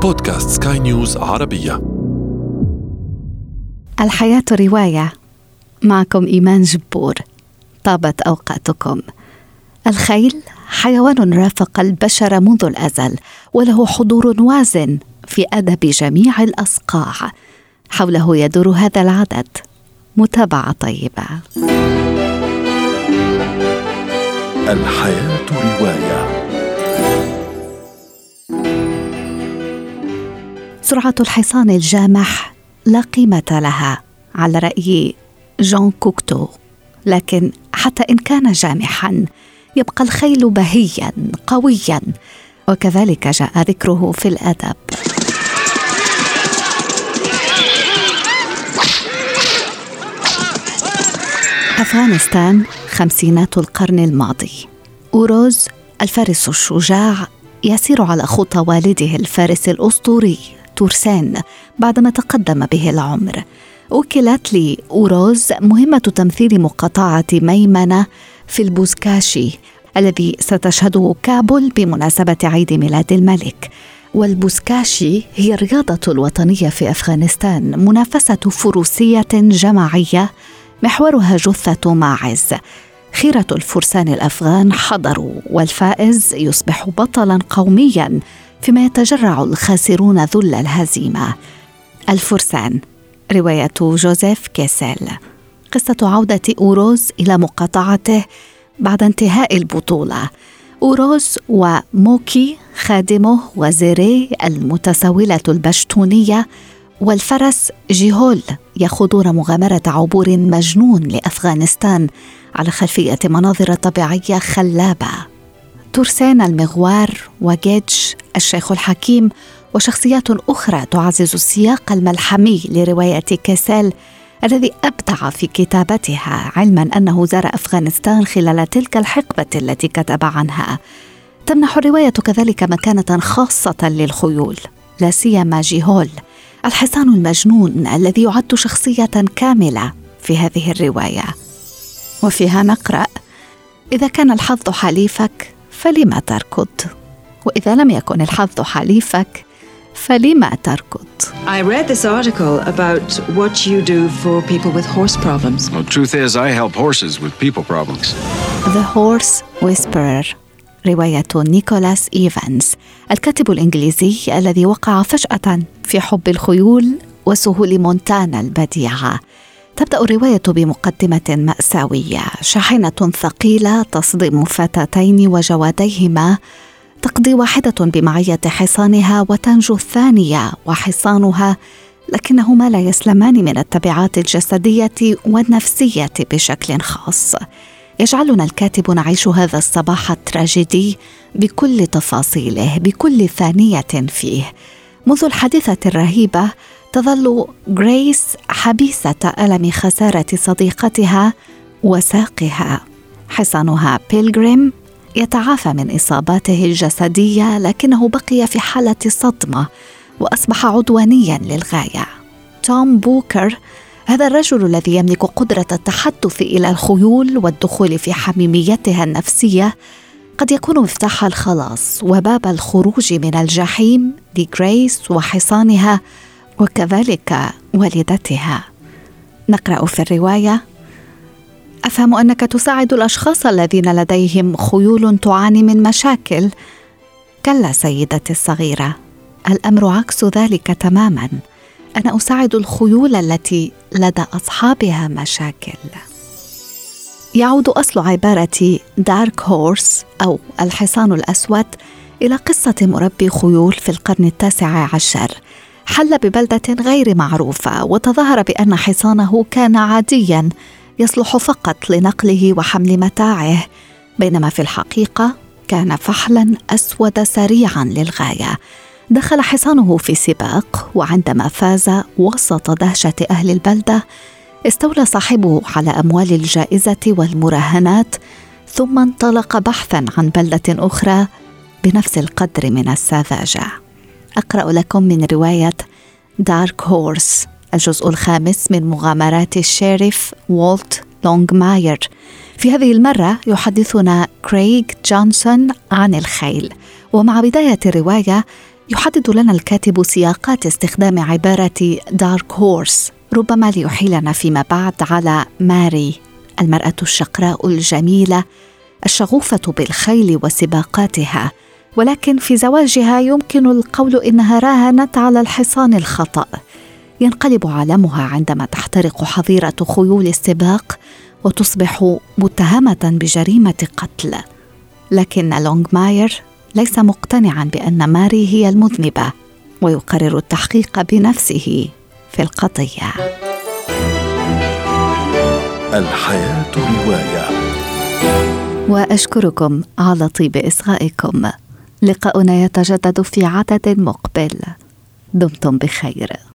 بودكاست سكاي نيوز عربية. الحياة رواية، معكم إيمان جبور. طابت أوقاتكم. الخيل حيوان رافق البشر منذ الأزل، وله حضور وازن في أدب جميع الأصقاع. حوله يدور هذا العدد. متابعة طيبة. الحياة رواية. سرعة الحصان الجامح لا قيمة لها على رأي جون كوكتو، لكن حتى إن كان جامحاً يبقى الخيل بهياً قوياً، وكذلك جاء ذكره في الأدب. أفغانستان، خمسينات القرن الماضي. أوروز الفارس الشجاع يسير على خطى والده الفارس الأسطوري تورسين بعدما تقدم به العمر. وكلت لأوروز مهمة تمثيل مقاطعة ميمنة في البوزكاشي الذي ستشهده كابول بمناسبة عيد ميلاد الملك. والبوزكاشي هي الرياضة الوطنية في أفغانستان، منافسة فروسية جماعية محورها جثة ماعز. خيرة الفرسان الأفغان حضروا، والفائز يصبح بطلاً قومياً فيما يتجرع الخاسرون ذل الهزيمة. الفرسان، رواية جوزيف كيسيل. قصة عودة أوروز إلى مقاطعته بعد انتهاء البطولة. أوروز وموكي خادمه وزيري المتسولة البشتونية والفرس جيهول يخوضون مغامرة عبور مجنون لأفغانستان على خلفية مناظر طبيعية خلابة. تورسين المغوار وجيج الشيخ الحكيم وشخصيات أخرى تعزز السياق الملحمي لرواية كيسيل الذي أبدع في كتابتها، علما أنه زار أفغانستان خلال تلك الحقبة التي كتب عنها. تمنح الرواية كذلك مكانة خاصة للخيول، لا سيما جيهول الحصان المجنون الذي يعد شخصية كاملة في هذه الرواية. وفيها نقرأ: إذا كان الحظ حليفك فلما تركض، وإذا لم يكن الحظ حليفك فلما تركض. I read this article about what you do for people with horse problems. Well, truth is, I help horses with people problems. The Horse Whisperer، رواية نيكولاس إيفانز، الكاتب الإنجليزي الذي وقع فجأة في حب الخيول وسهول مونتانا البديعة. تبدأ الرواية بمقدمة مأساوية شاحنة ثقيلة تصدم فتاتين وجواديهما، تقضي واحدة بمعية حصانها وتنجو الثانية وحصانها، لكنهما لا يسلمان من التبعات الجسدية والنفسية بشكل خاص. يجعلنا الكاتب نعيش هذا الصباح التراجيدي بكل تفاصيله، بكل ثانية فيه. منذ الحادثة الرهيبة تظل غريس حبيسة ألم خسارة صديقتها وساقها. حصانها بيلغريم يتعافى من إصاباته الجسدية، لكنه بقي في حالة صدمة وأصبح عدوانياً للغاية. توم بوكر، هذا الرجل الذي يملك قدرة التحدث إلى الخيول والدخول في حميميتها النفسية، قد يكون مفتاح الخلاص وباب الخروج من الجحيم لغريس وحصانها وكذلك والدتها. نقرأ في الرواية: أفهم أنك تساعد الأشخاص الذين لديهم خيول تعاني من مشاكل. كلا سيدتي الصغيرة، الأمر عكس ذلك تماماً. أنا أساعد الخيول التي لدى أصحابها مشاكل. يعود أصل عبارة دارك هورس أو الحصان الأسود إلى قصة مربي خيول في القرن 19. حل ببلدة غير معروفة، وتظاهر بأن حصانه كان عادياً يصلح فقط لنقله وحمل متاعه، بينما في الحقيقة كان فحلاً أسود سريعاً للغاية. دخل حصانه في سباق، وعندما فاز وسط دهشة أهل البلدة استولى صاحبه على أموال الجائزة والمراهنات، ثم انطلق بحثاً عن بلدة أخرى بنفس القدر من السذاجة. أقرأ لكم من رواية دارك هورس، الجزء الخامس من مغامرات الشيريف والت لونغماير. في هذه المرة يحدثنا كريغ جونسون عن الخيل، ومع بداية الرواية يحدد لنا الكاتب سياقات استخدام عبارة دارك هورس، ربما ليحيلنا فيما بعد على ماري، المرأة الشقراء الجميلة الشغوفة بالخيل وسباقاتها، ولكن في زواجها يمكن القول إنها راهنت على الحصان الخطأ. ينقلب عالمها عندما تحترق حظيرة خيول السباق وتصبح متهمة بجريمة قتل. لكن لونغماير ليس مقتنعا بأن ماري هي المذنبة، ويقرر التحقيق بنفسه في القضية. الحياة رواية. وأشكركم على طيب إصغائكم. لقاؤنا يتجدد في عدد مقبل. دمتم بخير.